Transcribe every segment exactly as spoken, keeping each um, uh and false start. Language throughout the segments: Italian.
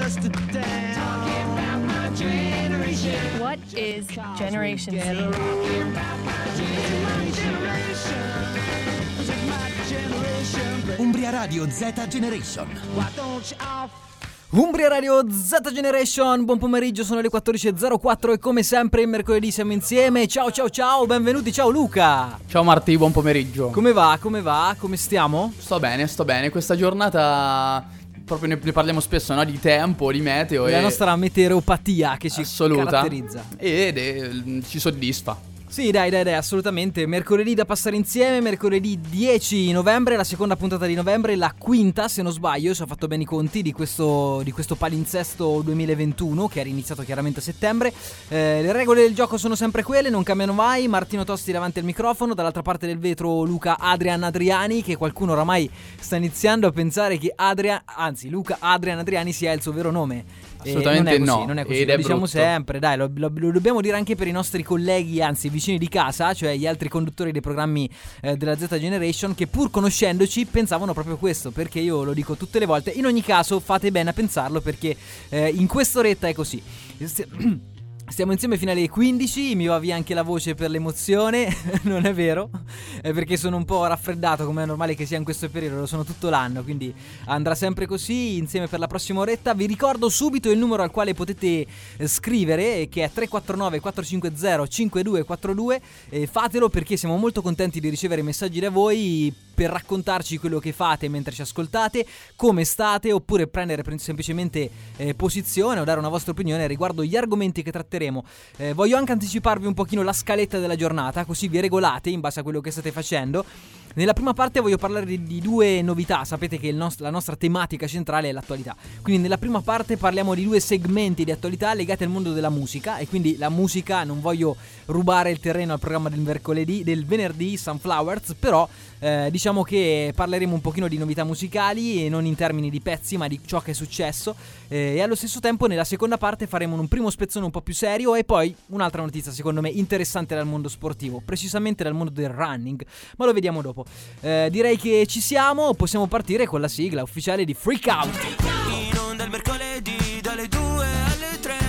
What is Generation Z? Umbria Radio Z Generation. Umbria Radio Z Generation, buon pomeriggio, sono le quattordici e zero quattro e come sempre mercoledì siamo insieme. Ciao ciao ciao, benvenuti, ciao Luca. Ciao Marti, buon pomeriggio. Come va, come va, come stiamo? Sto bene, sto bene, questa giornata proprio ne, ne parliamo spesso, no? Di tempo, di meteo. La e nostra meteoropatia che ci assoluta, caratterizza. Ed è, ci soddisfa. Sì, dai, dai, dai, assolutamente. Mercoledì da passare insieme, mercoledì dieci novembre, la seconda puntata di novembre, la quinta, se non sbaglio, se ho fatto bene i conti, di questo, di questo palinsesto duemilaventuno, che era iniziato chiaramente a settembre. Eh, le regole del gioco sono sempre quelle, non cambiano mai. Martino Tosti davanti al microfono, dall'altra parte del vetro Luca Adrian Adriani, che qualcuno oramai sta iniziando a pensare che Adrian, anzi Luca Adrian Adriani sia il suo vero nome. Assolutamente eh, non è così, no, non è così, ed lo è diciamo brutto. sempre, dai, lo, lo, lo dobbiamo dire anche per i nostri colleghi, anzi vicini di casa, cioè gli altri conduttori dei programmi eh, della Z Generation, che pur conoscendoci pensavano proprio questo, perché io lo dico tutte le volte. In ogni caso fate bene a pensarlo, perché eh, in quest'oretta è così. Stiamo insieme fino alle quindici, mi va via anche la voce per l'emozione, non è vero? È perché sono un po' raffreddato, come è normale che sia in questo periodo, lo sono tutto l'anno, quindi andrà sempre così, insieme per la prossima oretta. Vi ricordo subito il numero al quale potete scrivere, che è tre quattro nove quattro cinque zero cinque due quattro due, e fatelo perché siamo molto contenti di ricevere messaggi da voi per raccontarci quello che fate mentre ci ascoltate, come state, oppure prendere semplicemente eh, posizione o dare una vostra opinione riguardo gli argomenti che tratteremo. Eh, voglio anche anticiparvi un pochino la scaletta della giornata, così vi regolate in base a quello che state facendo. Nella prima parte voglio parlare di, di due novità. Sapete che il nost- la nostra tematica centrale è l'attualità, quindi nella prima parte parliamo di due segmenti di attualità legati al mondo della musica, e quindi la musica, non voglio rubare il terreno al programma del mercoledì, del venerdì Sunflowers, però eh, diciamo che parleremo un pochino di novità musicali e non in termini di pezzi ma di ciò che è successo, eh, e allo stesso tempo nella seconda parte faremo un primo spezzone un po' più serio e poi un'altra notizia secondo me interessante dal mondo sportivo, precisamente dal mondo del running, ma lo vediamo dopo. Eh, direi che ci siamo, possiamo partire con la sigla ufficiale di Freak Out. In onda il mercoledì dalle due alle tre,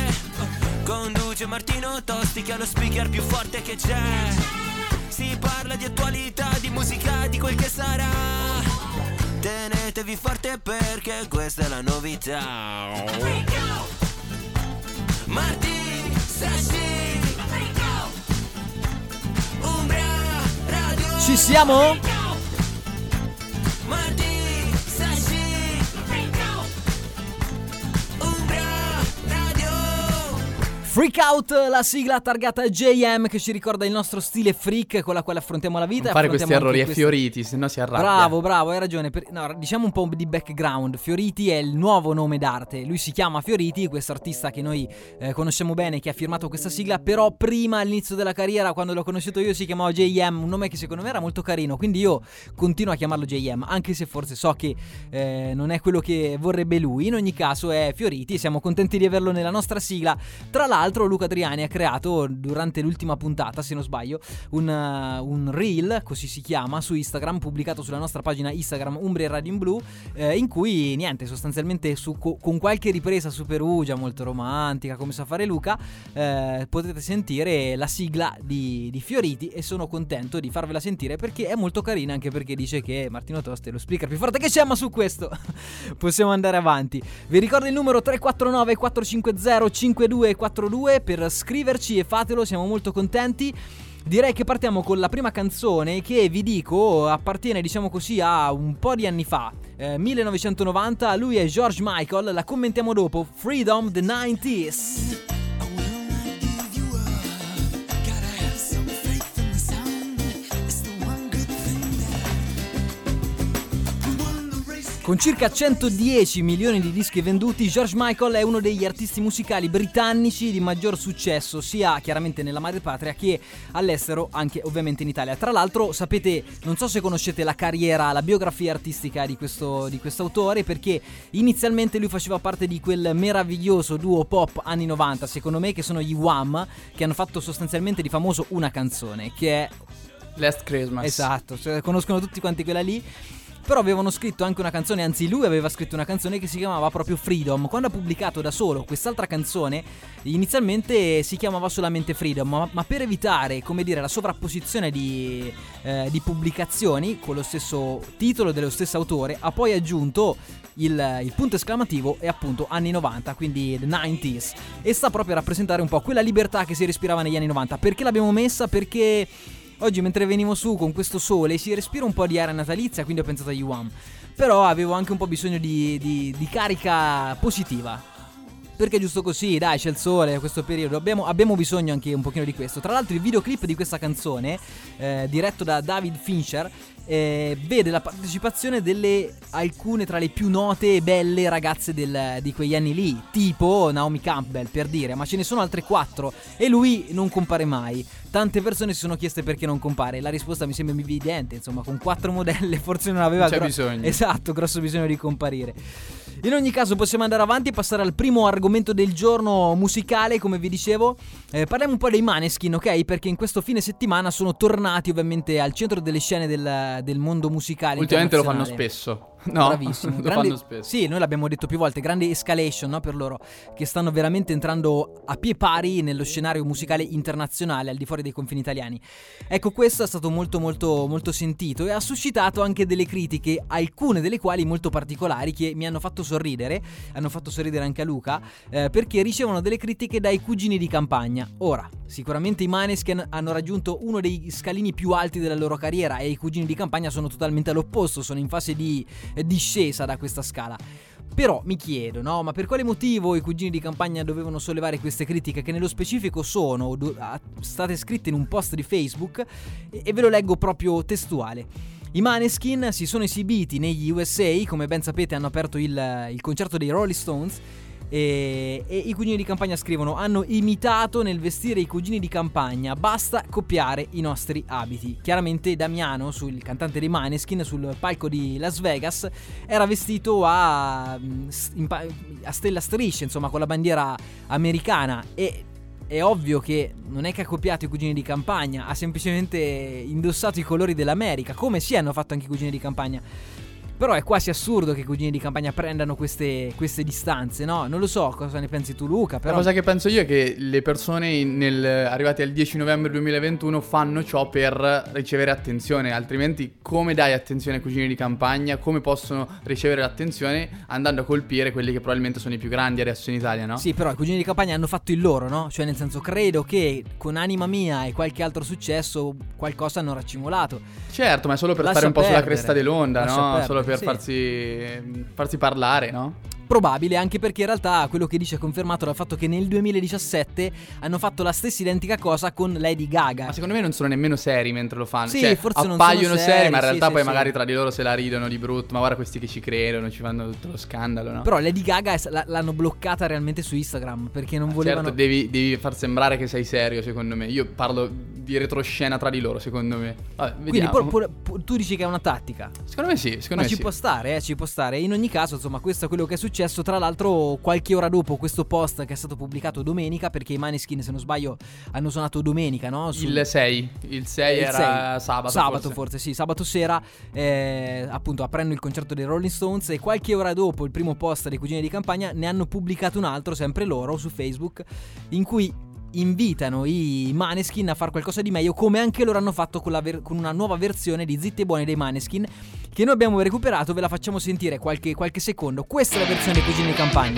conduce Martino Tosti che ha lo speaker più forte che c'è. Si parla di attualità, di musica, di quel che sarà. Tenetevi forte perché questa è la novità. Marti, Sashi, Umbria Radio. Ci siamo? Marti, Sashi, Umbria Radio. Freak Out, la sigla targata J M che ci ricorda il nostro stile freak con la quale affrontiamo la vita. Non fare affrontiamo questi errori, anche è questi... Fioriti, se no si arrabbia. Bravo, bravo, hai ragione. Per... No, diciamo un po' di background. Fioriti è il nuovo nome d'arte. Lui si chiama Fioriti, questo artista che noi eh, conosciamo bene, che ha firmato questa sigla. Però prima, all'inizio della carriera, quando l'ho conosciuto io, si chiamava J M, un nome che secondo me era molto carino. Quindi io continuo a chiamarlo J M, anche se forse so che eh, non è quello che vorrebbe lui. In ogni caso è Fioriti, siamo contenti di averlo nella nostra sigla. Tra l'altro Luca Adriani ha creato durante l'ultima puntata, se non sbaglio, un, uh, un reel, così si chiama, su Instagram, pubblicato sulla nostra pagina Instagram Umbria Radio in Blu, eh, in cui niente, sostanzialmente su, co- con qualche ripresa super ugia, molto romantica, come sa fare Luca, eh, potete sentire la sigla di, di Fioriti, e sono contento di farvela sentire perché è molto carina, anche perché dice che Martino Tosti è lo speaker più forte che c'è, ma su questo possiamo andare avanti. Vi ricordo il numero tre quattro nove quattro cinque zero cinque due quattro due per scriverci, e fatelo, siamo molto contenti. Direi che partiamo con la prima canzone, che vi dico appartiene, diciamo così, a un po' di anni fa, eh, millenovecentonovanta. Lui è George Michael, la commentiamo dopo. Freedom the nineties. Con circa centodieci milioni di dischi venduti, George Michael è uno degli artisti musicali britannici di maggior successo, sia chiaramente nella madrepatria che all'estero, anche ovviamente in Italia. Tra l'altro, sapete, non so se conoscete la carriera, la biografia artistica di questo di quest'autore, perché inizialmente lui faceva parte di quel meraviglioso duo pop anni novanta, secondo me, che sono gli Wham, che hanno fatto sostanzialmente di famoso una canzone, che è Last Christmas. Esatto, cioè, conoscono tutti quanti quella lì. però avevano scritto anche una canzone, anzi lui aveva scritto una canzone che si chiamava proprio Freedom. Quando ha pubblicato da solo quest'altra canzone, inizialmente si chiamava solamente Freedom, ma, ma per evitare, come dire, la sovrapposizione di, eh, di pubblicazioni con lo stesso titolo dello stesso autore, ha poi aggiunto il, il punto esclamativo e appunto anni novanta, quindi the nineties, e sta proprio a rappresentare un po' quella libertà che si respirava negli anni novanta. Perché l'abbiamo messa? Perché oggi mentre venivo su con questo sole si respira un po' di aria natalizia, quindi ho pensato agli U A M, però avevo anche un po' bisogno di, di, di carica positiva. Perché giusto così, dai, c'è il sole, questo periodo, abbiamo, abbiamo bisogno anche un pochino di questo. Tra l'altro il videoclip di questa canzone, eh, diretto da David Fincher, eh, vede la partecipazione delle alcune tra le più note e belle ragazze del, di quegli anni lì, tipo Naomi Campbell, per dire, ma ce ne sono altre quattro e lui non compare mai. Tante persone si sono chieste perché non compare, la risposta mi sembra evidente, insomma, con quattro modelle forse non aveva non c'è gro- bisogno. Esatto, grosso bisogno di comparire. In ogni caso possiamo andare avanti e passare al primo argomento del giorno musicale, come vi dicevo. Eh, parliamo un po' dei Maneskin, ok? Perché in questo fine settimana sono tornati ovviamente al centro delle scene del, del mondo musicale. Ultimamente lo fanno spesso. No, bravissimo. lo Grande, fanno spesso. Sì, noi l'abbiamo detto più volte, grande escalation, no, per loro, che stanno veramente entrando a pie pari nello scenario musicale internazionale al di fuori dei confini italiani. Ecco, questo è stato molto molto molto sentito e ha suscitato anche delle critiche, alcune delle quali molto particolari, che mi hanno fatto sorridere, hanno fatto sorridere anche a Luca, eh, perché ricevono delle critiche dai cugini di campagna. Ora, sicuramente i Maneskin hanno raggiunto uno dei scalini più alti della loro carriera e i cugini di campagna sono totalmente all'opposto, sono in fase di discesa da questa scala. Però mi chiedo, no, ma per quale motivo i cugini di campagna dovevano sollevare queste critiche, che nello specifico sono do- state scritte in un post di Facebook, e-, e ve lo leggo proprio testuale. I Maneskin si sono esibiti negli U S A, come ben sapete hanno aperto il, il concerto dei Rolling Stones, e, e i cugini di campagna scrivono: hanno imitato nel vestire i cugini di campagna, basta copiare i nostri abiti. Chiaramente Damiano, sul il cantante dei Maneskin, sul palco di Las Vegas era vestito a, a stella strisce, insomma, con la bandiera americana, e è ovvio che non è che ha copiato i cugini di campagna, ha semplicemente indossato i colori dell'America, come si hanno fatto anche i cugini di campagna. Però è quasi assurdo che i cugini di campagna prendano queste, queste distanze, no? Non lo so, cosa ne pensi tu, Luca? Però... La cosa che penso io è che le persone nel, arrivati al dieci novembre duemilaventuno fanno ciò per ricevere attenzione, altrimenti come dai attenzione ai cugini di campagna? Come possono ricevere l'attenzione andando a colpire quelli che probabilmente sono i più grandi adesso in Italia, no? Sì, però i cugini di campagna hanno fatto il loro, no? Cioè, nel senso, credo che con Anima Mia e qualche altro successo qualcosa hanno raccimolato. Certo, ma è solo per Lascia stare un po' perdere. sulla cresta dell'onda, Lascia no? perdere, Solo per sì. farsi, farsi parlare, no? Probabile, anche perché in realtà quello che dice è confermato dal fatto che nel duemiladiciassette hanno fatto la stessa identica cosa con Lady Gaga. Ma secondo me non sono nemmeno seri mentre lo fanno. Sì, cioè, forse non appaiono sono seri, seri, ma in sì, realtà sì, poi sì. magari tra di loro se la ridono di brutto. Ma guarda questi che ci credono, ci fanno tutto lo scandalo, no? Però Lady Gaga è- l- l'hanno bloccata realmente su Instagram perché non volevano... Certo, devi, devi far sembrare che sei serio, secondo me. Io parlo di retroscena tra di loro, secondo me. Vabbè, Quindi vediamo. pur- pur- pur- tu dici che è una tattica. Secondo me sì, secondo Ma me ci sì. può stare, eh, ci può stare. In ogni caso, insomma, questo è quello che è successo. Tra l'altro, qualche ora dopo questo post che è stato pubblicato domenica, perché i Maneskin, se non sbaglio, hanno suonato domenica, no? Sul- Il sei. Il sei il era sei. sabato. Sabato forse. forse, sì, sabato sera, eh, appunto aprendo il concerto dei Rolling Stones, e qualche ora dopo il primo post dei cugini di campagna ne hanno pubblicato un altro, sempre loro, su Facebook, in cui invitano i Maneskin a fare qualcosa di meglio, come anche loro hanno fatto con, la ver- con una nuova versione di Zitti e Buoni dei Maneskin, che noi abbiamo recuperato. Ve la facciamo sentire qualche, qualche secondo. Questa è la versione dei cugini di campagna.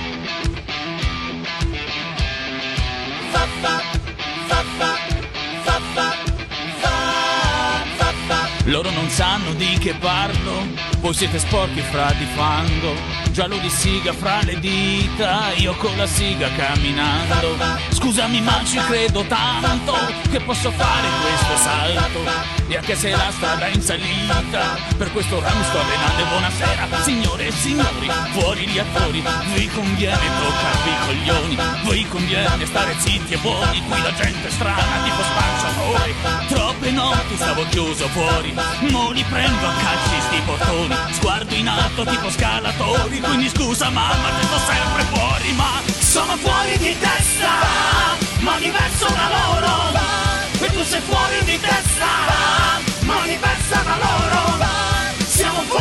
Loro non sanno di che parlo, voi siete sporchi fra di fango, giallo di siga fra le dita, io con la siga camminando. Scusami ma ci credo tanto che posso fare questo salto, e anche se la strada è in salita, per questo ramo sto allenando. Buonasera signore e signori, fuori gli attori, vi conviene toccarvi i coglioni, vi conviene stare zitti e buoni, qui la gente è strana tipo spacciatori. Troppe notti stavo chiuso fuori, mo li prendo a calci sti portoni, sguardo in alto tipo scalatori, quindi scusa mamma che sto sempre fuori, ma sono fuori di testa, ma diverso da loro, e tu sei fuori di testa, ma diversa da loro, siamo fuori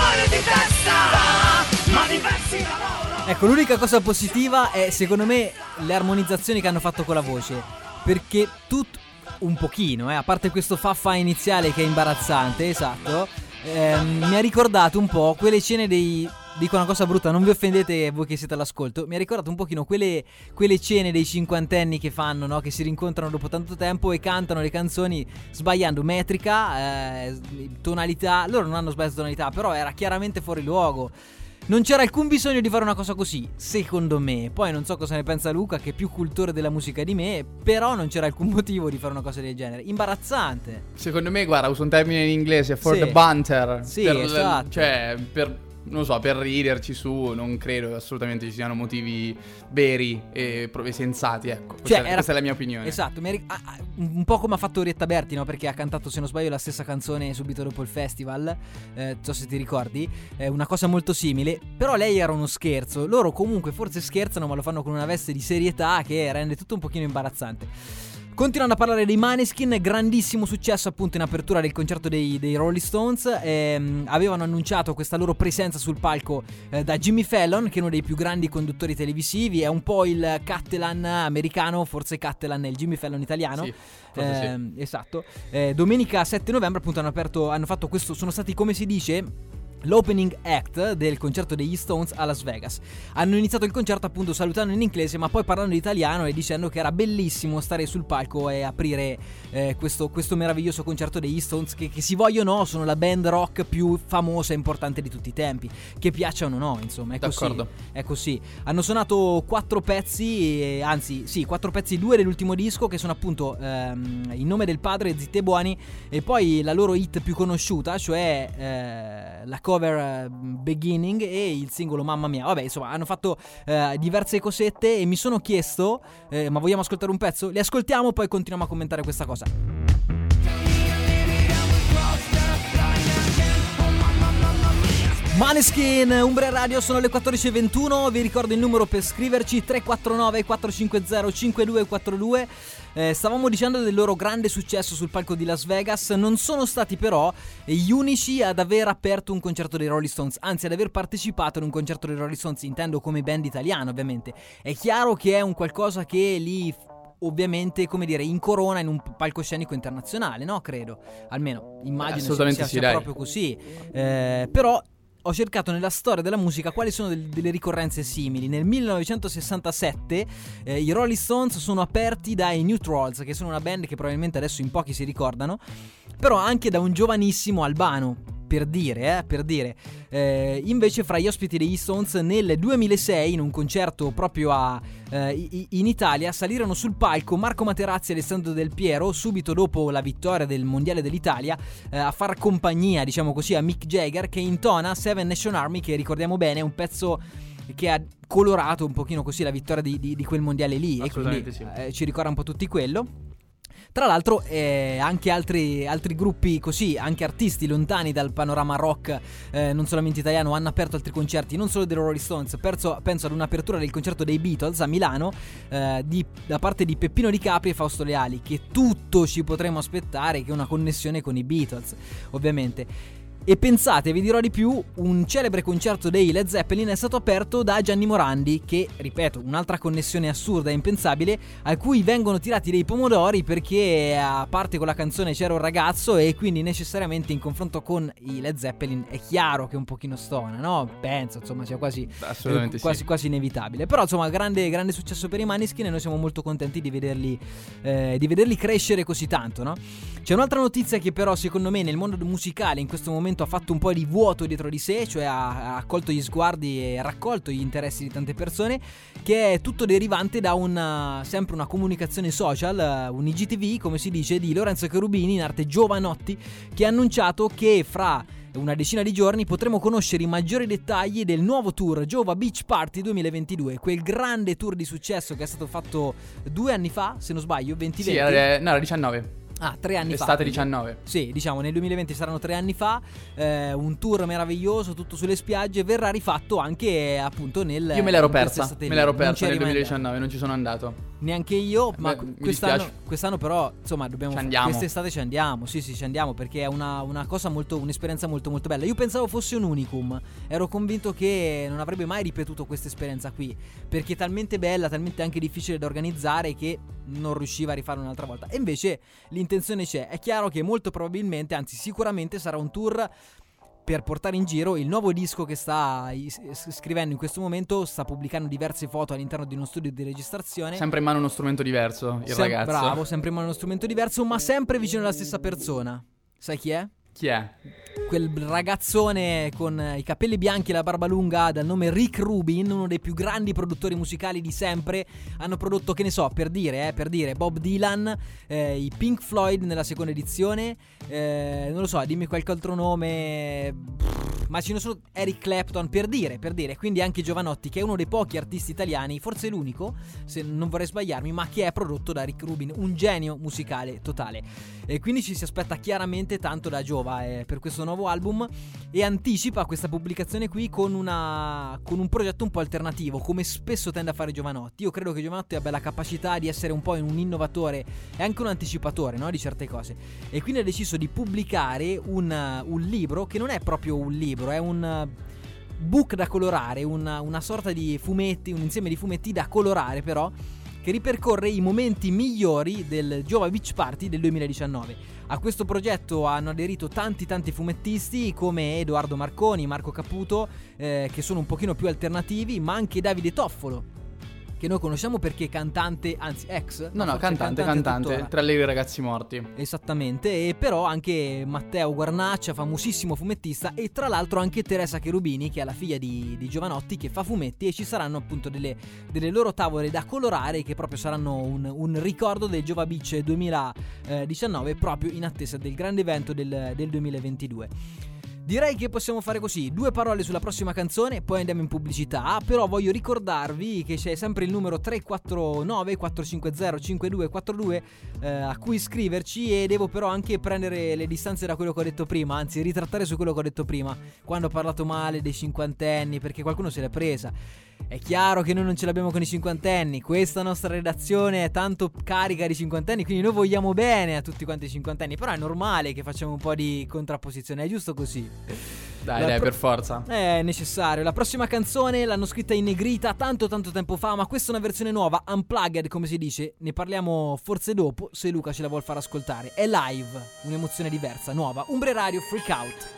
Ecco, l'unica cosa positiva è secondo me le armonizzazioni che hanno fatto con la voce, perché tutto un pochino, eh, a parte questo faffa iniziale che è imbarazzante, esatto, ehm, mi ha ricordato un po' quelle scene dei... Dico una cosa brutta, non vi offendete voi che siete all'ascolto. Mi ha ricordato un pochino quelle, quelle scene dei cinquantenni che fanno, no? Che si rincontrano dopo tanto tempo e cantano le canzoni sbagliando metrica, eh, tonalità. Loro non hanno sbagliato tonalità, però era chiaramente fuori luogo. Non c'era alcun bisogno di fare una cosa così, secondo me. Poi non so cosa ne pensa Luca, che è più cultore della musica di me, però non c'era alcun motivo di fare una cosa del genere. Imbarazzante. Secondo me, guarda, uso un termine in inglese, for Sì. the banter. Sì, per, esatto. Cioè, per... non so, per riderci su, non credo assolutamente ci siano motivi veri e proprio sensati, ecco. Questa, Cioè, è, era- questa è la mia opinione. Esatto, mi ri- ah, ah, un po' come ha fatto Orietta Berti, no? Perché ha cantato, se non sbaglio, la stessa canzone subito dopo il festival. Eh, non so se ti ricordi. È una cosa molto simile. Però lei era uno scherzo. Loro comunque forse scherzano, ma lo fanno con una veste di serietà che rende tutto un pochino imbarazzante. Continuando a parlare dei Maneskin, grandissimo successo appunto in apertura del concerto dei, dei Rolling Stones. ehm, Avevano annunciato questa loro presenza sul palco eh, da Jimmy Fallon, che è uno dei più grandi conduttori televisivi. È un po' il Cattelan americano, forse Cattelan è il Jimmy Fallon italiano. Sì, forse sì. Ehm, Esatto. Eh, domenica sette novembre appunto hanno aperto, hanno fatto questo, sono stati, come si dice, l'opening act del concerto degli Stones a Las Vegas. Hanno iniziato il concerto appunto salutando in inglese, ma poi parlando in italiano e dicendo che era bellissimo stare sul palco e aprire eh, questo, questo meraviglioso concerto degli Stones, che, che si vogliono o no, sono la band rock più famosa e importante di tutti i tempi, che piacciono o no, insomma, è così. D'accordo. È così. Hanno suonato quattro pezzi, eh, anzi sì, quattro pezzi, due dell'ultimo disco, che sono appunto ehm, In nome del padre, Zitti e buoni, e poi la loro hit più conosciuta, cioè eh, la cover uh, Beginning e il singolo Mamma mia. Vabbè, insomma, hanno fatto uh, diverse cosette e mi sono chiesto, eh, ma vogliamo ascoltare un pezzo? Li ascoltiamo, poi continuiamo a commentare questa cosa. Maneskin, Umbria Radio, sono le quattordici e ventuno. Vi ricordo il numero per scriverci: tre quattro nove quattro cinque zero cinque due quattro due. eh, Stavamo dicendo del loro grande successo sul palco di Las Vegas. Non sono stati però gli unici ad aver aperto un concerto dei Rolling Stones, anzi ad aver partecipato ad un concerto dei Rolling Stones, intendo come band italiana ovviamente. È chiaro che è un qualcosa che li ovviamente, come dire, incorona in un palcoscenico internazionale, no? Credo, almeno immagino Assolutamente sia, sì, sia dai. proprio così. eh, Però ho cercato nella storia della musica quali sono del- delle ricorrenze simili. Nel millenovecentosessantasette eh, i Rolling Stones sono aperti dai New Trolls, che sono una band che probabilmente adesso in pochi si ricordano, però anche da un giovanissimo Albano, per dire, eh, per dire. Eh, invece fra gli ospiti degli Stones nel duemilasei, in un concerto proprio a, eh, i- in Italia, salirono sul palco Marco Materazzi e Alessandro Del Piero, subito dopo la vittoria del Mondiale dell'Italia, eh, a far compagnia, diciamo così, a Mick Jagger, che intona Seven Nation Army, che ricordiamo bene è un pezzo che ha colorato un pochino così la vittoria di, di, di quel mondiale lì, e quindi Assolutamente sì. eh, ci ricorda un po' tutti quello. Tra l'altro eh, anche altri, altri gruppi così, anche artisti lontani dal panorama rock, eh, non solamente italiano, hanno aperto altri concerti, non solo dei Rolling Stones. Penso, penso ad un'apertura del concerto dei Beatles a Milano, eh, di, da parte di Peppino Di Capri e Fausto Leali, che tutto ci potremmo aspettare che una connessione con i Beatles, ovviamente. E pensate, vi dirò di più, un celebre concerto dei Led Zeppelin è stato aperto da Gianni Morandi, che, ripeto, un'altra connessione assurda e impensabile, a cui vengono tirati dei pomodori perché a parte con la canzone C'era un ragazzo, e quindi necessariamente in confronto con i Led Zeppelin è chiaro che un pochino stona, no? Penso, insomma, sia quasi, Assolutamente eh, quasi, sì. quasi inevitabile. Però insomma, grande, grande successo per i Maneskin e noi siamo molto contenti di vederli, eh, di vederli crescere così tanto, no? C'è un'altra notizia che però secondo me nel mondo musicale in questo momento ha fatto un po' di vuoto dietro di sé, cioè ha, ha accolto gli sguardi e raccolto gli interessi di tante persone, che è tutto derivante da una, sempre una comunicazione social, un I G T V come si dice, di Lorenzo Cherubini, in arte Giovanotti, che ha annunciato che fra una decina di giorni potremo conoscere i maggiori dettagli del nuovo tour Giova Beach Party duemilaventidue, quel grande tour di successo che è stato fatto due anni fa, se non sbaglio, venti Sì, venti. era, no, era diciannove. Ah, tre anni fa. Estate quindi. diciannove. Sì, diciamo nel duemilaventi saranno tre anni fa. eh, Un tour meraviglioso, tutto sulle spiagge. Verrà rifatto anche eh, appunto nel Io me l'ero in persa, quest'estate me lì. l'ero Non persa c'eri nel mai duemiladiciannove, non ci sono andato. Neanche io, ma Beh, mi quest'anno, dispiace. quest'anno però, insomma, dobbiamo Ci fa- andiamo. quest'estate ci andiamo. Sì, sì, ci andiamo perché è una, una cosa molto, un'esperienza molto molto bella. Io pensavo fosse un unicum. Ero convinto che non avrebbe mai ripetuto questa esperienza qui, perché è talmente bella, talmente anche difficile da organizzare che non riusciva a rifarla un'altra volta. E invece l'intenzione c'è. È chiaro che molto probabilmente, anzi sicuramente sarà un tour per portare in giro il nuovo disco che sta is- scrivendo in questo momento. Sta pubblicando diverse foto all'interno di uno studio di registrazione. Sempre in mano uno strumento diverso, il Sem- ragazzo. Bravo, sempre in mano uno strumento diverso, ma sempre vicino alla stessa persona. Sai chi è? Chi è? Quel ragazzone con i capelli bianchi e la barba lunga dal nome Rick Rubin, uno dei più grandi produttori musicali di sempre. Hanno prodotto, che ne so, per dire, eh, per dire Bob Dylan, eh, i Pink Floyd nella seconda edizione, eh, non lo so, dimmi qualche altro nome, ma ce ne sono, Eric Clapton, per dire, per dire. Quindi anche Giovanotti, che è uno dei pochi artisti italiani, forse l'unico, se non vorrei sbagliarmi, ma che è prodotto da Rick Rubin, un genio musicale totale. E quindi ci si aspetta chiaramente tanto da Giova eh, per questo nuovo album, e anticipa questa pubblicazione qui con una con un progetto un po' alternativo, come spesso tende a fare Giovanotti. Io credo che Giovanotti abbia la capacità di essere un po' un innovatore e anche un anticipatore, no, di certe cose, e quindi ha deciso di pubblicare un, un libro che non è proprio un libro, è un book da colorare, una, una sorta di fumetti, un insieme di fumetti da colorare però, che ripercorre i momenti migliori del Giova Beach Party del duemiladiciannove. A questo progetto hanno aderito tanti tanti fumettisti come Edoardo Marconi, Marco Caputo, eh, che sono un pochino più alternativi, ma anche Davide Toffolo, che noi conosciamo perché cantante, anzi ex. No, no, forse cantante, cantante, tuttora. tra lei e i ragazzi morti. Esattamente, e però anche Matteo Guarnaccia, famosissimo fumettista, e tra l'altro anche Teresa Cherubini, che è la figlia di, di Giovanotti, che fa fumetti, e ci saranno appunto delle, delle loro tavole da colorare che proprio saranno un, un ricordo del Giova Beach duemiladiciannove, proprio in attesa del grande evento del, del duemilaventidue. Direi che possiamo fare così, due parole sulla prossima canzone, poi andiamo in pubblicità. Però voglio ricordarvi che c'è sempre il numero tre quattro nove quattro cinque zero cinque due quattro due eh, a cui scriverci, e devo però anche prendere le distanze da quello che ho detto prima, anzi ritrattare su quello che ho detto prima, quando ho parlato male dei cinquantenni, perché qualcuno se l'è presa. È chiaro che noi non ce l'abbiamo con i cinquantenni, questa nostra redazione è tanto carica di cinquantenni, quindi noi vogliamo bene a tutti quanti i cinquantenni, però è normale che facciamo un po' di contrapposizione, è giusto così. Dai, La dai, pro- per forza. È necessario. La prossima canzone l'hanno scritta in negrita tanto tanto tempo fa, ma questa è una versione nuova, unplugged come si dice. Ne parliamo forse dopo, se Luca ce la vuol far ascoltare. È live, un'emozione diversa, nuova. Umbre Radio, Freak Out.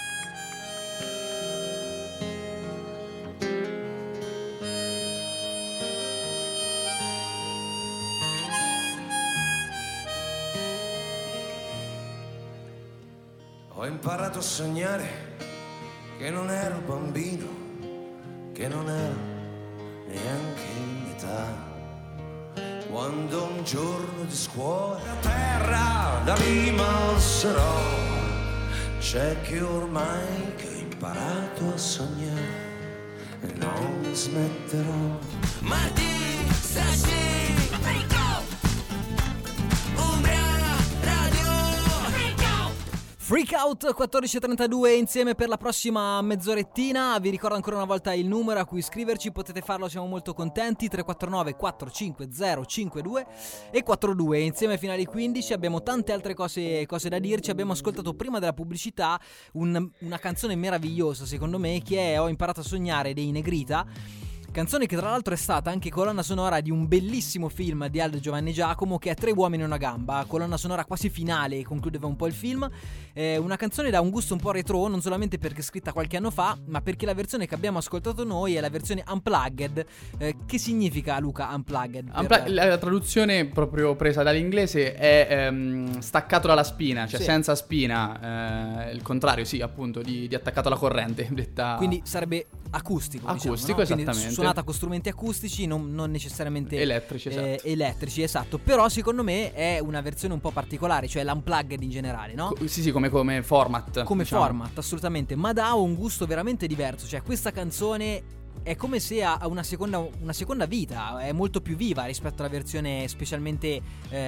Ho imparato a sognare che non ero bambino, che non ero neanche in età. Quando un giorno di scuola a terra da lì m'alzerò, c'è che ormai che ho imparato a sognare e non smetterò. Martì, Sashi, Freak Out, Umbria Radio, Freak Out. Freak Out quattordici e trentadue insieme per la prossima mezzorettina. Vi ricordo ancora una volta il numero a cui iscriverci, potete farlo, siamo molto contenti. Tre quattro nove quattro cinque zero cinque due e quattro due insieme fino alle quindici. Abbiamo tante altre cose, cose da dirci. Abbiamo ascoltato prima della pubblicità un, una canzone meravigliosa secondo me, che è Ho imparato a sognare dei Negrita. Canzone che tra l'altro è stata anche colonna sonora di un bellissimo film di Aldo Giovanni Giacomo, che è Tre uomini e una gamba, colonna sonora quasi finale, concludeva un po' il film. È una canzone da un gusto un po' retro, non solamente perché è scritta qualche anno fa, ma perché la versione che abbiamo ascoltato noi è la versione unplugged. Eh, che significa, Luca, unplugged? Unpla- Per- la, la traduzione proprio presa dall'inglese è ehm, staccato dalla spina, cioè Sì. senza spina, eh, il contrario, sì, appunto, di, di attaccato alla corrente, detta... Quindi sarebbe acustico, Acustico, diciamo, no? Quindi esattamente. suonata con strumenti acustici, non, non necessariamente Elettrici, esatto. eh, elettrici, esatto. Però secondo me è una versione un po' particolare, cioè l'unplugged in generale, no? Co- sì, sì, come, come format. Come diciamo. format, assolutamente, ma dà un gusto veramente diverso. Cioè questa canzone è come se ha una seconda, una seconda vita, è molto più viva rispetto alla versione specialmente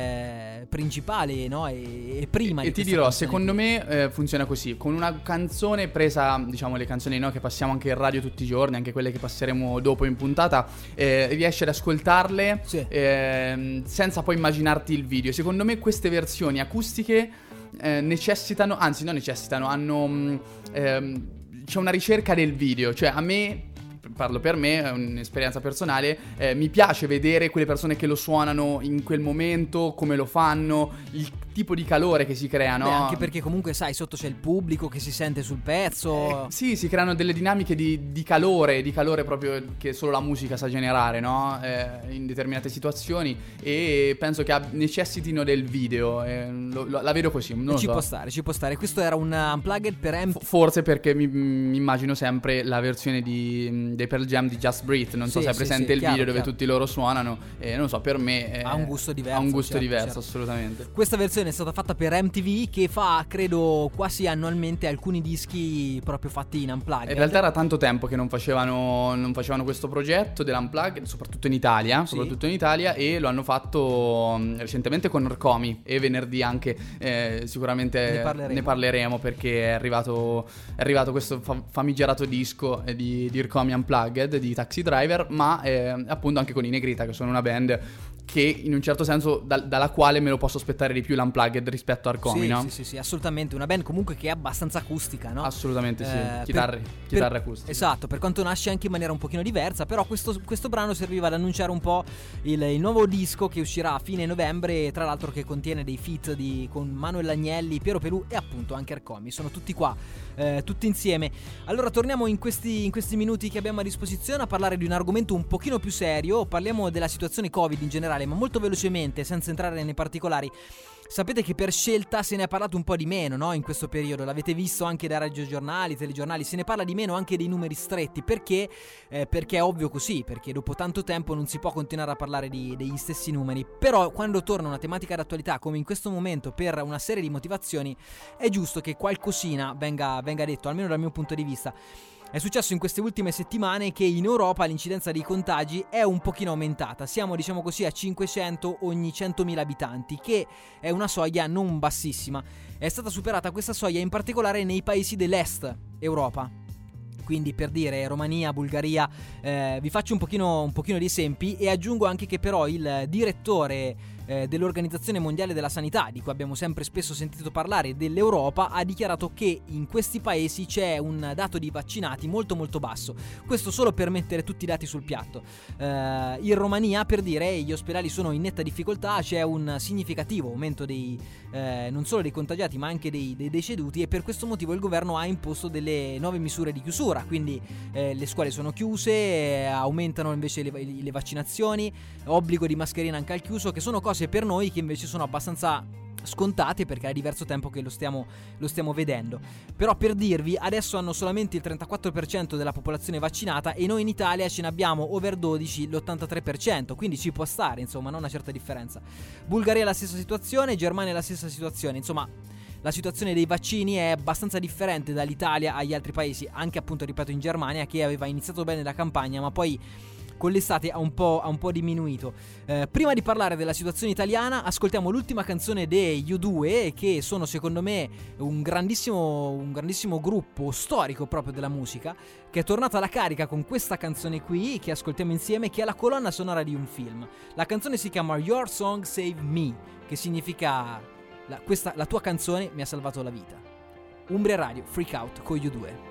eh, principale, no? E, e prima. E, di e ti questa dirò, canzone secondo qui. me eh, funziona così, con una canzone presa, diciamo le canzoni, no, che passiamo anche in radio tutti i giorni, anche quelle che passeremo dopo in puntata, eh, riesci ad ascoltarle Sì. eh, senza poi immaginarti il video. Secondo me queste versioni acustiche eh, necessitano, anzi non necessitano, hanno mh, ehm, c'è una ricerca del video, cioè a me, parlo per me, è un'esperienza personale, eh, mi piace vedere quelle persone che lo suonano in quel momento, come lo fanno, il tipo di calore che si crea, no? Beh, anche perché comunque sai, sotto c'è il pubblico che si sente sul pezzo. Eh, sì, si creano delle dinamiche di, di calore, di calore proprio che solo la musica sa generare, no? Eh, in determinate situazioni, e penso che ab- necessitino del video, eh, lo- lo- la vedo così, non lo Ci so. può stare, ci può stare. Questo era un unplugged per M T V. F- Forse perché mi, mi immagino sempre la versione di, dei Pearl Jam di Just Breathe. Non so Sì, se è sì, presente sì, il chiaro, video dove chiaro. tutti loro suonano, e non so, per me eh, Ha un gusto diverso, Ha un gusto certo, diverso, certo. assolutamente. Questa versione è stata fatta per M T V, che fa, credo, quasi annualmente alcuni dischi proprio fatti in unplugged. In realtà era tanto tempo che non facevano, non facevano questo progetto dell'Unplugged, soprattutto in Italia, Sì. soprattutto in Italia, e lo hanno fatto mh, recentemente con Orcomi, e venerdì anche eh, sicuramente Ne parleremo. ne parleremo, perché è arrivato, è arrivato questo fa- famigerato disco eh, di, di Orcomi Unplugged, di Taxi Driver, ma eh, appunto anche con i Negrita, che sono una band che in un certo senso da- dalla quale me lo posso aspettare di più l'Unplugged rispetto a Arcomi, Sì, no? sì, sì, sì, assolutamente. Una band comunque che è abbastanza acustica, no? Assolutamente sì, Eh, chitarre, per- chitarre per- acustiche. Esatto, per quanto nasce anche in maniera un pochino diversa, però questo, questo brano serviva ad annunciare un po' il, il nuovo disco che uscirà a fine novembre, tra l'altro che contiene dei feat di, con Manuel Agnelli, Piero Pelù e appunto anche Arcomi. Sono tutti qua, eh, tutti insieme. Allora torniamo in questi, in questi minuti che abbiamo a disposizione a parlare di un argomento un pochino più serio. Parliamo della situazione Covid in generale, ma molto velocemente, senza entrare nei particolari. Sapete che per scelta se ne è parlato un po' di meno, no? In questo periodo l'avete visto anche dai radiogiornali, telegiornali, se ne parla di meno anche dei numeri stretti. Perché? Eh, perché è ovvio così, perché dopo tanto tempo non si può continuare a parlare di, degli stessi numeri. Però quando torna una tematica d'attualità come in questo momento, per una serie di motivazioni, è giusto che qualcosina venga, venga detto, almeno dal mio punto di vista. È successo in queste ultime settimane che in Europa l'incidenza dei contagi è un pochino aumentata. Siamo, diciamo così, a cinquecento ogni centomila abitanti, che è una soglia non bassissima. È stata superata questa soglia in particolare nei paesi dell'est Europa. Quindi, per dire, Romania, Bulgaria, eh, vi faccio un pochino, un pochino di esempi, e aggiungo anche che però il direttore eh, dell'Organizzazione Mondiale della Sanità, di cui abbiamo sempre spesso sentito parlare, dell'Europa, ha dichiarato che in questi paesi c'è un dato di vaccinati molto molto basso. Questo solo per mettere tutti i dati sul piatto. Eh, in Romania, per dire, gli ospedali sono in netta difficoltà, c'è un significativo aumento dei eh, non solo dei contagiati ma anche dei, dei deceduti, e per questo motivo il governo ha imposto delle nuove misure di chiusura. Quindi eh, le scuole sono chiuse, eh, aumentano invece le, le vaccinazioni, obbligo di mascherina anche al chiuso, che sono cose per noi che invece sono abbastanza scontate, perché è diverso tempo che lo stiamo, lo stiamo vedendo. Però, per dirvi, adesso hanno solamente il trentaquattro per cento della popolazione vaccinata, e noi in Italia ce ne abbiamo over dodici, l'ottantatré per cento, quindi ci può stare, insomma, non una certa differenza. Bulgaria è la stessa situazione, Germania è la stessa situazione, insomma la situazione dei vaccini è abbastanza differente dall'Italia agli altri paesi, anche appunto, ripeto, in Germania, che aveva iniziato bene la campagna ma poi con l'estate ha un po', ha un po' diminuito. Eh, prima di parlare della situazione italiana, ascoltiamo l'ultima canzone degli U due, che sono secondo me un grandissimo, un grandissimo gruppo storico proprio della musica, che è tornato alla carica con questa canzone qui, che ascoltiamo insieme, che è la colonna sonora di un film. La canzone si chiama Your Song Save Me, che significa la, questa, la tua canzone mi ha salvato la vita. Umbria Radio, Freak Out con gli U due.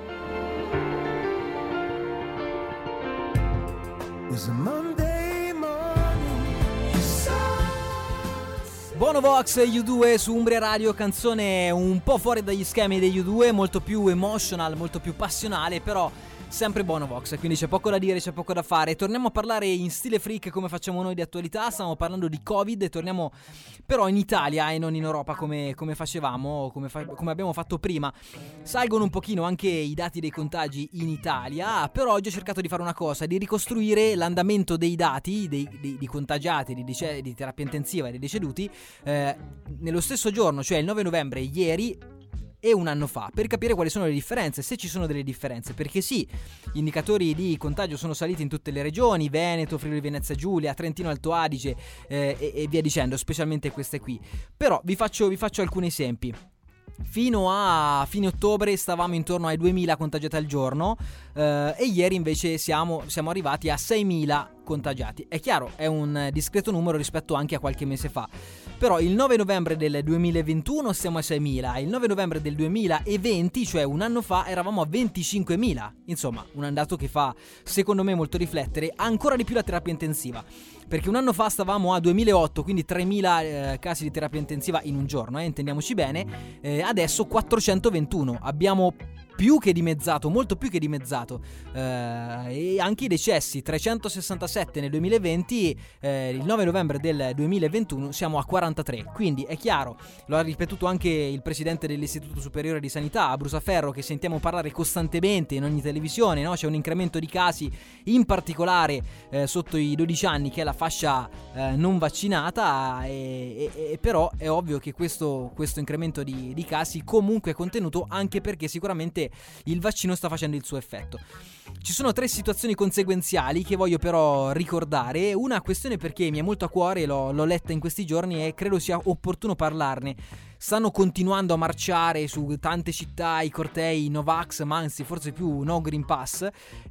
was a Monday morning. You saw Bono Vox e U due su Umbria Radio, canzone un po' fuori dagli schemi degli U due, molto più emotional, molto più passionale, però sempre Bono Vox, quindi c'è poco da dire, c'è poco da fare. Torniamo a parlare in stile freak come facciamo noi di attualità. Stiamo parlando di Covid e torniamo però in Italia e non in Europa come, come facevamo, come, fa- come abbiamo fatto prima. Salgono un pochino anche i dati dei contagi in Italia, però oggi ho cercato di fare una cosa, di ricostruire l'andamento dei dati dei, dei, di contagiati, di, dece- di terapia intensiva e dei deceduti eh, nello stesso giorno, cioè il nove novembre, ieri, e un anno fa, per capire quali sono le differenze, se ci sono delle differenze, perché sì, gli indicatori di contagio sono saliti in tutte le regioni, Veneto, Friuli Venezia Giulia, Trentino Alto Adige eh, e, e via dicendo, specialmente queste qui. Però vi faccio, vi faccio alcuni esempi. Fino a fine ottobre stavamo intorno ai duemila contagiati al giorno eh, e ieri invece siamo, siamo arrivati a seimila contagiati. È chiaro, è un discreto numero rispetto anche a qualche mese fa. Però il nove novembre del duemilaventuno siamo a seimila, il nove novembre del duemilaventi, cioè un anno fa, eravamo a venticinquemila. Insomma, un dato che fa secondo me molto riflettere ancora di più la terapia intensiva, perché un anno fa stavamo a duemilaotto, quindi tremila eh, casi di terapia intensiva in un giorno, eh, intendiamoci bene, eh, adesso quattrocentoventuno, abbiamo più che dimezzato, molto più che dimezzato, eh, e anche i decessi, trecentosessantasette nel duemilaventi, eh, il nove novembre del duemilaventuno siamo a quarantatré, quindi è chiaro, lo ha ripetuto anche il presidente dell'Istituto Superiore di Sanità, Brusaferro, che sentiamo parlare costantemente in ogni televisione, no? C'è un incremento di casi, in particolare eh, sotto i dodici anni, che è la fascia eh, non vaccinata, e, e, e però è ovvio che questo, questo incremento di, di casi comunque è contenuto, anche perché sicuramente il vaccino sta facendo il suo effetto. Ci sono tre situazioni conseguenziali che voglio però ricordare. Una questione perché mi è molto a cuore, l'ho, l'ho letta in questi giorni e credo sia opportuno parlarne. Stanno continuando a marciare su tante città i cortei Novax, ma anzi forse più no Green Pass,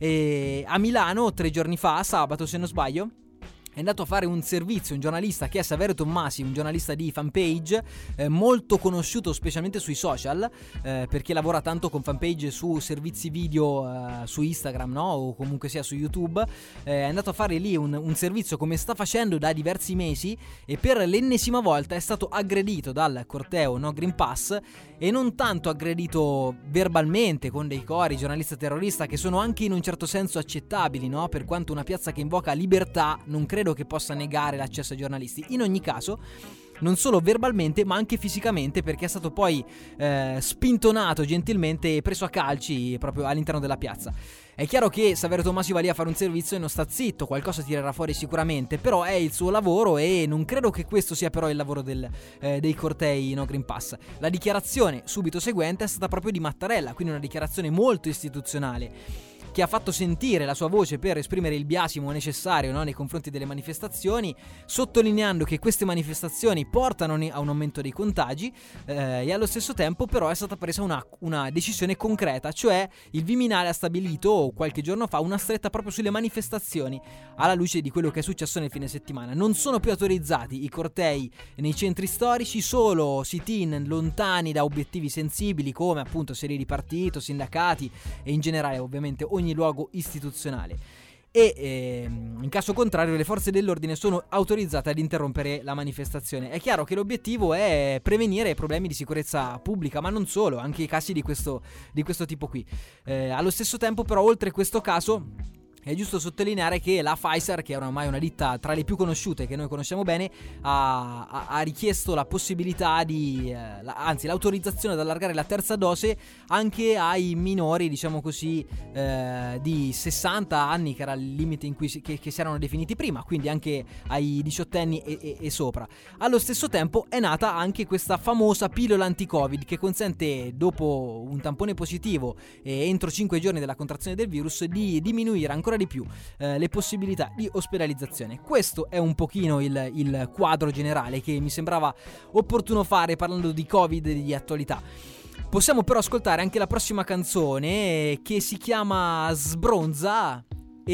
e a Milano tre giorni fa, sabato se non sbaglio, è andato a fare un servizio un giornalista che è Saverio Tommasi, un giornalista di Fanpage, eh, molto conosciuto specialmente sui social, eh, perché lavora tanto con Fanpage su servizi video eh, su Instagram, no? O comunque sia su YouTube. Eh, è andato a fare lì un, un servizio come sta facendo da diversi mesi, e per l'ennesima volta è stato aggredito dal corteo No Green Pass, e non tanto aggredito verbalmente con dei cori giornalista terrorista, che sono anche in un certo senso accettabili, no? Per quanto una piazza che invoca libertà non credo che possa negare l'accesso ai giornalisti. In ogni caso, non solo verbalmente ma anche fisicamente, perché è stato poi eh, spintonato gentilmente e preso a calci proprio all'interno della piazza. È chiaro che Saverio Tommasi va lì a fare un servizio e non sta zitto, qualcosa tirerà fuori sicuramente, però è il suo lavoro e non credo che questo sia però il lavoro del, eh, dei cortei No Green Pass. La dichiarazione subito seguente è stata proprio di Mattarella, quindi una dichiarazione molto istituzionale, che ha fatto sentire la sua voce per esprimere il biasimo necessario, no, nei confronti delle manifestazioni, sottolineando che queste manifestazioni portano a un aumento dei contagi, eh, e allo stesso tempo però è stata presa una, una decisione concreta, cioè il Viminale ha stabilito qualche giorno fa una stretta proprio sulle manifestazioni, alla luce di quello che è successo nel fine settimana. Non sono più autorizzati i cortei nei centri storici, solo sit-in lontani da obiettivi sensibili come appunto sedi di partito, sindacati e in generale ovviamente ogni luogo istituzionale, e ehm, in caso contrario le forze dell'ordine sono autorizzate ad interrompere la manifestazione. È chiaro che l'obiettivo è prevenire problemi di sicurezza pubblica, ma non solo, anche i casi di questo, di questo tipo qui. Eh, allo stesso tempo però, oltre questo caso, è giusto sottolineare che la Pfizer, che è ormai una ditta tra le più conosciute che noi conosciamo bene, ha, ha, ha richiesto la possibilità di, eh, la, anzi l'autorizzazione ad allargare la terza dose anche ai minori, diciamo così, eh, di sessanta anni, che era il limite in cui si, che, che si erano definiti prima, quindi anche ai diciottenni e, e, e sopra. Allo stesso tempo è nata anche questa famosa pillola anti-Covid che consente, dopo un tampone positivo e entro cinque giorni dalla contrazione del virus, di diminuire ancora di più eh, le possibilità di ospedalizzazione. Questo è un pochino il, il quadro generale che mi sembrava opportuno fare parlando di Covid e di attualità. Possiamo però ascoltare anche la prossima canzone, che si chiama Sbronza,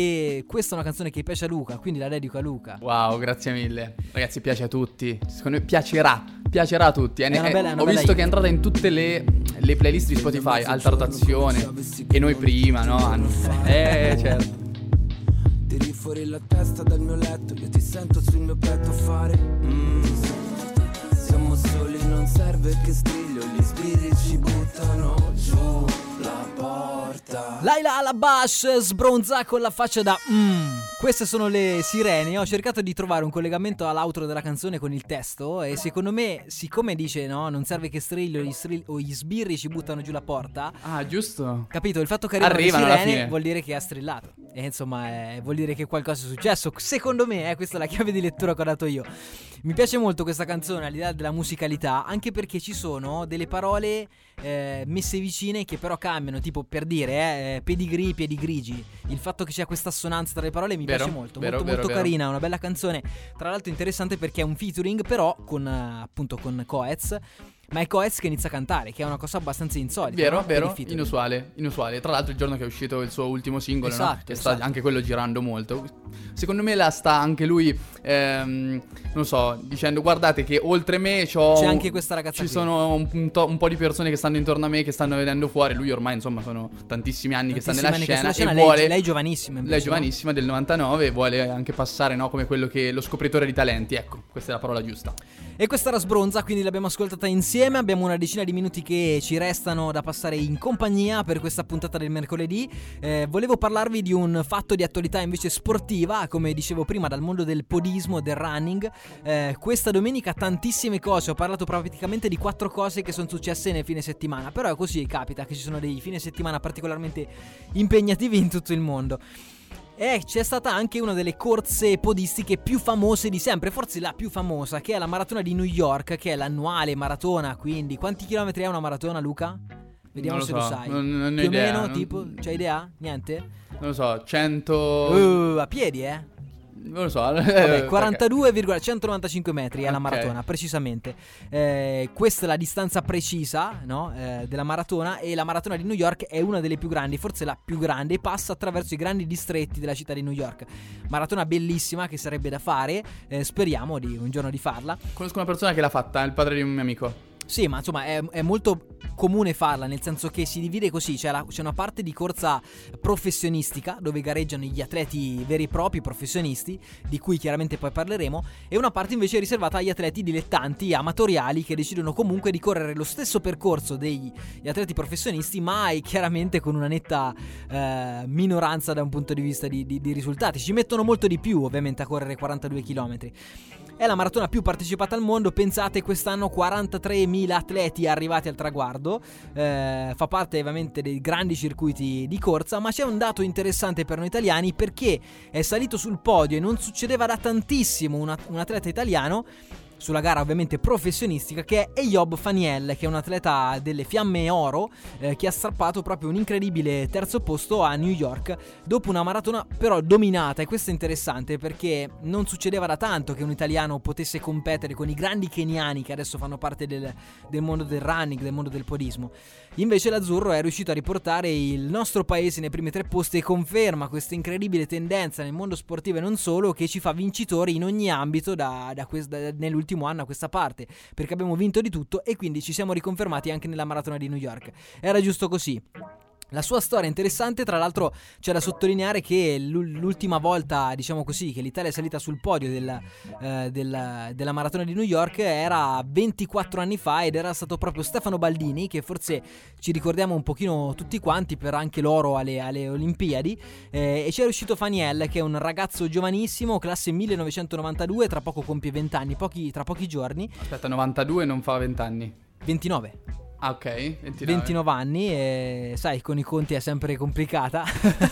e questa è una canzone che piace a Luca, quindi la dedico a Luca. Wow, grazie mille. Ragazzi, piace a tutti. Secondo me piacerà, piacerà a tutti. È una bella, è una Ho bella visto idea. che è entrata in tutte le, le playlist di Spotify, alta rotazione. E noi prima, no? Anni fa. Eh, certo. Tiri fuori la testa dal mio letto, io ti sento sul mio petto fare mm. Siamo soli, non serve che striglio, gli sbirri ci buttano giù la porta. Laila Alabash, Sbronza con la faccia da mm. Queste sono le sirene. Ho cercato di trovare un collegamento all'outro della canzone con il testo, e secondo me, siccome dice no, non serve che striglio gli strill- o gli sbirri ci buttano giù la porta. Ah, giusto. Capito? Il fatto che arrivano, Arrivano le alla sirene fine. vuol dire che ha strillato. E insomma eh, vuol dire che qualcosa è successo. Secondo me, eh, questa è la chiave di lettura che ho dato io. Mi piace molto questa canzone, al di là della musicalità, anche perché ci sono delle parole eh, messe vicine che però cambiano. Tipo, per dire, eh, pedigree, piedigrigi. Il fatto che c'è questa assonanza tra le parole mi Vero, piace molto. vero, molto vero, molto vero. carina, una bella canzone. Tra l'altro interessante perché è un featuring però con eh, appunto con Coez. Ma è Coez che inizia a cantare, che è una cosa abbastanza insolita. Vero, no? Per vero, il featuring. inusuale, inusuale. Tra l'altro il giorno che è uscito il suo ultimo singolo, no? Esatto, Che sta esatto. anche quello girando molto. Secondo me la sta anche lui, ehm, non so, dicendo guardate che oltre me c'ho C'è anche questa ragazza Ci qui. sono un, un to- un po' di persone che stanno intorno a me, che stanno vedendo fuori. Lui ormai insomma sono tantissimi anni che sta nella Tantissimi anni che scena, sta e nella scena, vuole... lei, lei è giovanissima invece, Lei è giovanissima, del novantanove, e vuole anche passare, no, come quello che lo scopritore di talenti. Ecco, questa è la parola giusta. E questa era Sbronza, quindi l'abbiamo ascoltata insieme. Abbiamo una decina di minuti che ci restano da passare in compagnia per questa puntata del mercoledì. eh, Volevo parlarvi di un fatto di attualità invece sportiva, come dicevo prima, dal mondo del podismo, del running. eh, Questa domenica tantissime cose, ho parlato praticamente di quattro cose che sono successe nel fine settimana. Però è così, capita che ci sono dei fine settimana particolarmente impegnativi in tutto il mondo. E c'è stata anche una delle corse podistiche più famose di sempre, forse la più famosa, che è la maratona di New York, che è l'annuale maratona. Quindi quanti chilometri è una maratona, Luca? Vediamo Non se lo lo so, sai. non- non ho più idea, o meno, non- tipo, c'hai idea? Niente? Non lo so, cento... Uh, a piedi, eh? Non lo so. Vabbè, quarantadue virgola centonovantacinque metri è la Ok. maratona, precisamente. Eh, questa è la distanza precisa, no? eh, della maratona. E la maratona di New York è una delle più grandi, forse la più grande, e passa attraverso i grandi distretti della città di New York. Maratona bellissima che sarebbe da fare. eh, Speriamo di un giorno di farla. Conosco una persona che l'ha fatta, il padre di un mio amico. Sì, ma insomma è, è molto comune farla, nel senso che si divide così, c'è, la- c'è una parte di corsa professionistica dove gareggiano gli atleti veri e propri, professionisti, di cui chiaramente poi parleremo, e una parte invece riservata agli atleti dilettanti, amatoriali, che decidono comunque di correre lo stesso percorso degli atleti professionisti, ma chiaramente con una netta eh, minoranza da un punto di vista di, di- di risultati. Ci mettono molto di più ovviamente a correre quarantadue chilometri. È la maratona più partecipata al mondo, pensate quest'anno quarantatremila atleti arrivati al traguardo, eh, fa parte ovviamente dei grandi circuiti di corsa, ma c'è un dato interessante per noi italiani perché è salito sul podio e non succedeva da tantissimo una- un atleta italiano sulla gara ovviamente professionistica, che è Eyob Faniel, che è un atleta delle Fiamme Oro, eh, che ha strappato proprio un incredibile terzo posto a New York dopo una maratona però dominata. E questo è interessante perché non succedeva da tanto che un italiano potesse competere con i grandi keniani che adesso fanno parte del, del mondo del running, del mondo del podismo. Invece l'azzurro è riuscito a riportare il nostro paese nei primi tre posti e conferma questa incredibile tendenza nel mondo sportivo e non solo, che ci fa vincitori in ogni ambito da, da quest- da- nell'ultimo anno a questa parte, perché abbiamo vinto di tutto e quindi ci siamo riconfermati anche nella maratona di New York. Era giusto così. La sua storia è interessante, tra l'altro c'è da sottolineare che l'ul- l'ultima volta, diciamo così, che l'Italia è salita sul podio del, eh, del- della maratona di New York era ventiquattro anni fa, ed era stato proprio Stefano Baldini, che forse ci ricordiamo un pochino tutti quanti per anche l'oro alle, alle Olimpiadi, eh, e c'è riuscito Faniel, che è un ragazzo giovanissimo, classe millenovecentonovantadue, tra poco compie venti anni, pochi, tra pochi giorni, Aspetta, novantadue non fa venti anni. ventinove. Ah, ok, ventinove. ventinove anni, e sai, con i conti è sempre complicata.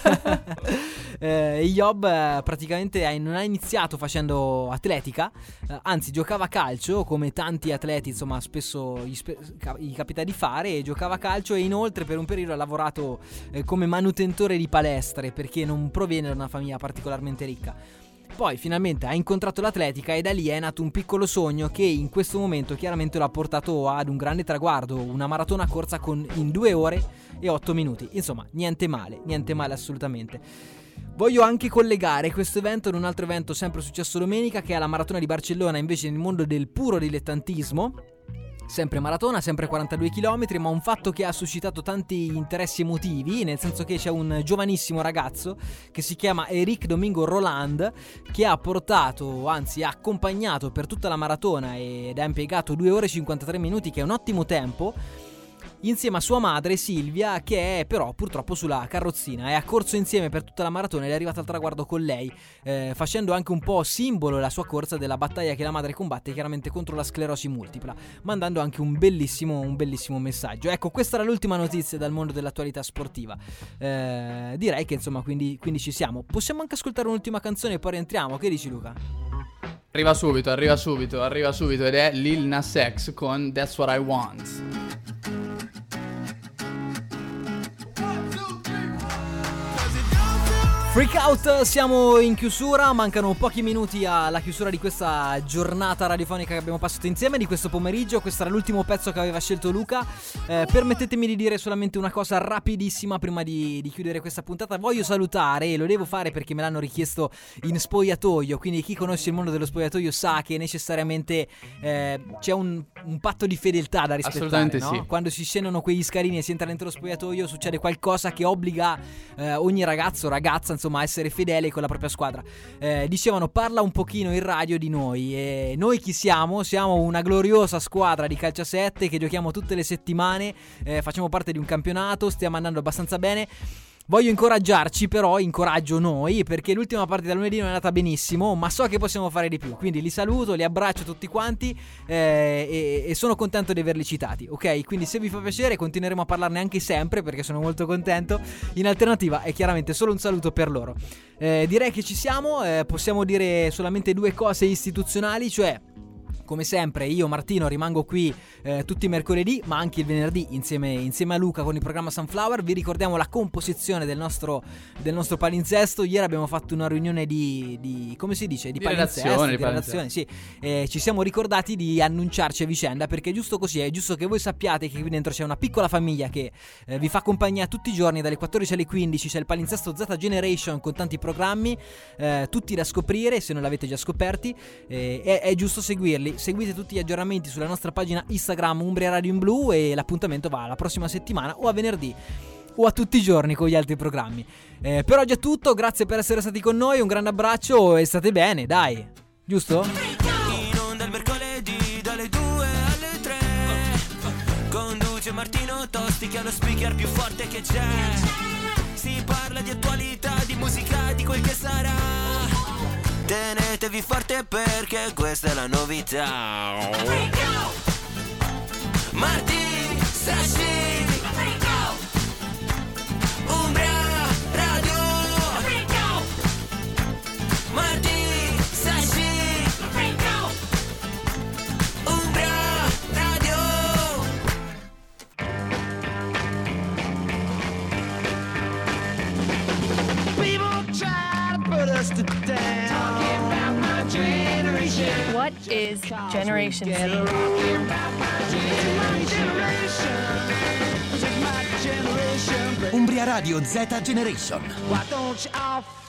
eh, Eyob eh, praticamente ha- non ha iniziato facendo atletica, eh, anzi giocava a calcio come tanti atleti, insomma, spesso gli, spe- ca- gli capita di fare, e giocava a calcio, e inoltre per un periodo ha lavorato eh, come manutentore di palestre, perché non proviene da una famiglia particolarmente ricca. Poi finalmente ha incontrato l'atletica e da lì è nato un piccolo sogno che in questo momento chiaramente l'ha portato ad un grande traguardo, una maratona corsa con, in due ore e otto minuti. Insomma, niente male, niente male assolutamente. Voglio anche collegare questo evento ad un altro evento sempre successo domenica, che è la maratona di Barcellona, invece nel mondo del puro dilettantismo. Sempre maratona, sempre quarantadue chilometri, ma un fatto che ha suscitato tanti interessi emotivi, nel senso che c'è un giovanissimo ragazzo che si chiama Eric Domingo Roland, che ha portato, anzi ha accompagnato per tutta la maratona ed ha impiegato due ore e cinquantatré minuti, che è un ottimo tempo, insieme a sua madre Silvia, che è però purtroppo sulla carrozzina, e ha corso insieme per tutta la maratona ed è arrivata al traguardo con lei, eh, facendo anche un po' simbolo la sua corsa della battaglia che la madre combatte chiaramente contro la sclerosi multipla, mandando anche un bellissimo, un bellissimo messaggio. Ecco, questa era l'ultima notizia dal mondo dell'attualità sportiva. Eh, direi che insomma quindi, quindi ci siamo. Possiamo anche ascoltare un'ultima canzone e poi rientriamo. Che dici, Luca? Arriva subito, arriva subito, arriva subito ed è Lil Nas X con That's What I Want. Freak Out, siamo in chiusura, mancano pochi minuti alla chiusura di questa giornata radiofonica che abbiamo passato insieme, di questo pomeriggio. Questo era l'ultimo pezzo che aveva scelto Luca. eh, Permettetemi di dire solamente una cosa rapidissima prima di, di chiudere questa puntata. Voglio salutare, e lo devo fare perché me l'hanno richiesto in spogliatoio, quindi chi conosce il mondo dello spogliatoio sa che necessariamente eh, c'è un, un patto di fedeltà da rispettare. Assolutamente, no? sì. Quando si scendono quegli scalini e si entra dentro lo spogliatoio succede qualcosa che obbliga eh, ogni ragazzo o ragazza insomma a essere fedele con la propria squadra. eh, Dicevano, parla un pochino in radio di noi. E noi chi siamo? Siamo una gloriosa squadra di calcio a sette che giochiamo tutte le settimane, eh, facciamo parte di un campionato, stiamo andando abbastanza bene. Voglio incoraggiarci, però incoraggio noi, perché l'ultima partita lunedì non è andata benissimo, ma so che possiamo fare di più. Quindi li saluto, li abbraccio tutti quanti, eh, e, e sono contento di averli citati, ok? Quindi se vi fa piacere continueremo a parlarne anche sempre, perché sono molto contento. In alternativa è chiaramente solo un saluto per loro. eh, Direi che ci siamo, eh, possiamo dire solamente due cose istituzionali, cioè... Come sempre io, Martino, rimango qui eh, tutti i mercoledì, ma anche il venerdì insieme, insieme a Luca con il programma Sunflower. Vi ricordiamo la composizione del nostro, del nostro palinsesto. Ieri abbiamo fatto una riunione di, di come si dice? Di, Di palinsesto, redazione, di di redazione, sì. Eh, ci siamo ricordati di annunciarci a vicenda, perché è giusto così, è giusto che voi sappiate che qui dentro c'è una piccola famiglia che eh, vi fa compagnia tutti i giorni dalle quattordici alle quindici. C'è il palinsesto Z Generation con tanti programmi, eh, tutti da scoprire se non l'avete già scoperti. eh, è, è giusto seguirli. Seguite tutti gli aggiornamenti sulla nostra pagina Instagram Umbria Radio in Blu, e l'appuntamento va la prossima settimana o a venerdì o a tutti i giorni con gli altri programmi. eh, Per oggi è tutto, grazie per essere stati con noi, un grande abbraccio e state bene, dai, giusto? In onda il mercoledì dalle due alle tre. Conduce Martino Tosti, che è lo speaker più forte che c'è. Si parla di attualità, di musica, di quel che sarà. Tenetevi forte perché questa è la novità. Martì, Sashi, Umbria Radio. Martì, Sashi, Umbria Radio. People try to put us to down. What is Generation Z? Umbria Radio Z Generation. Why don't you all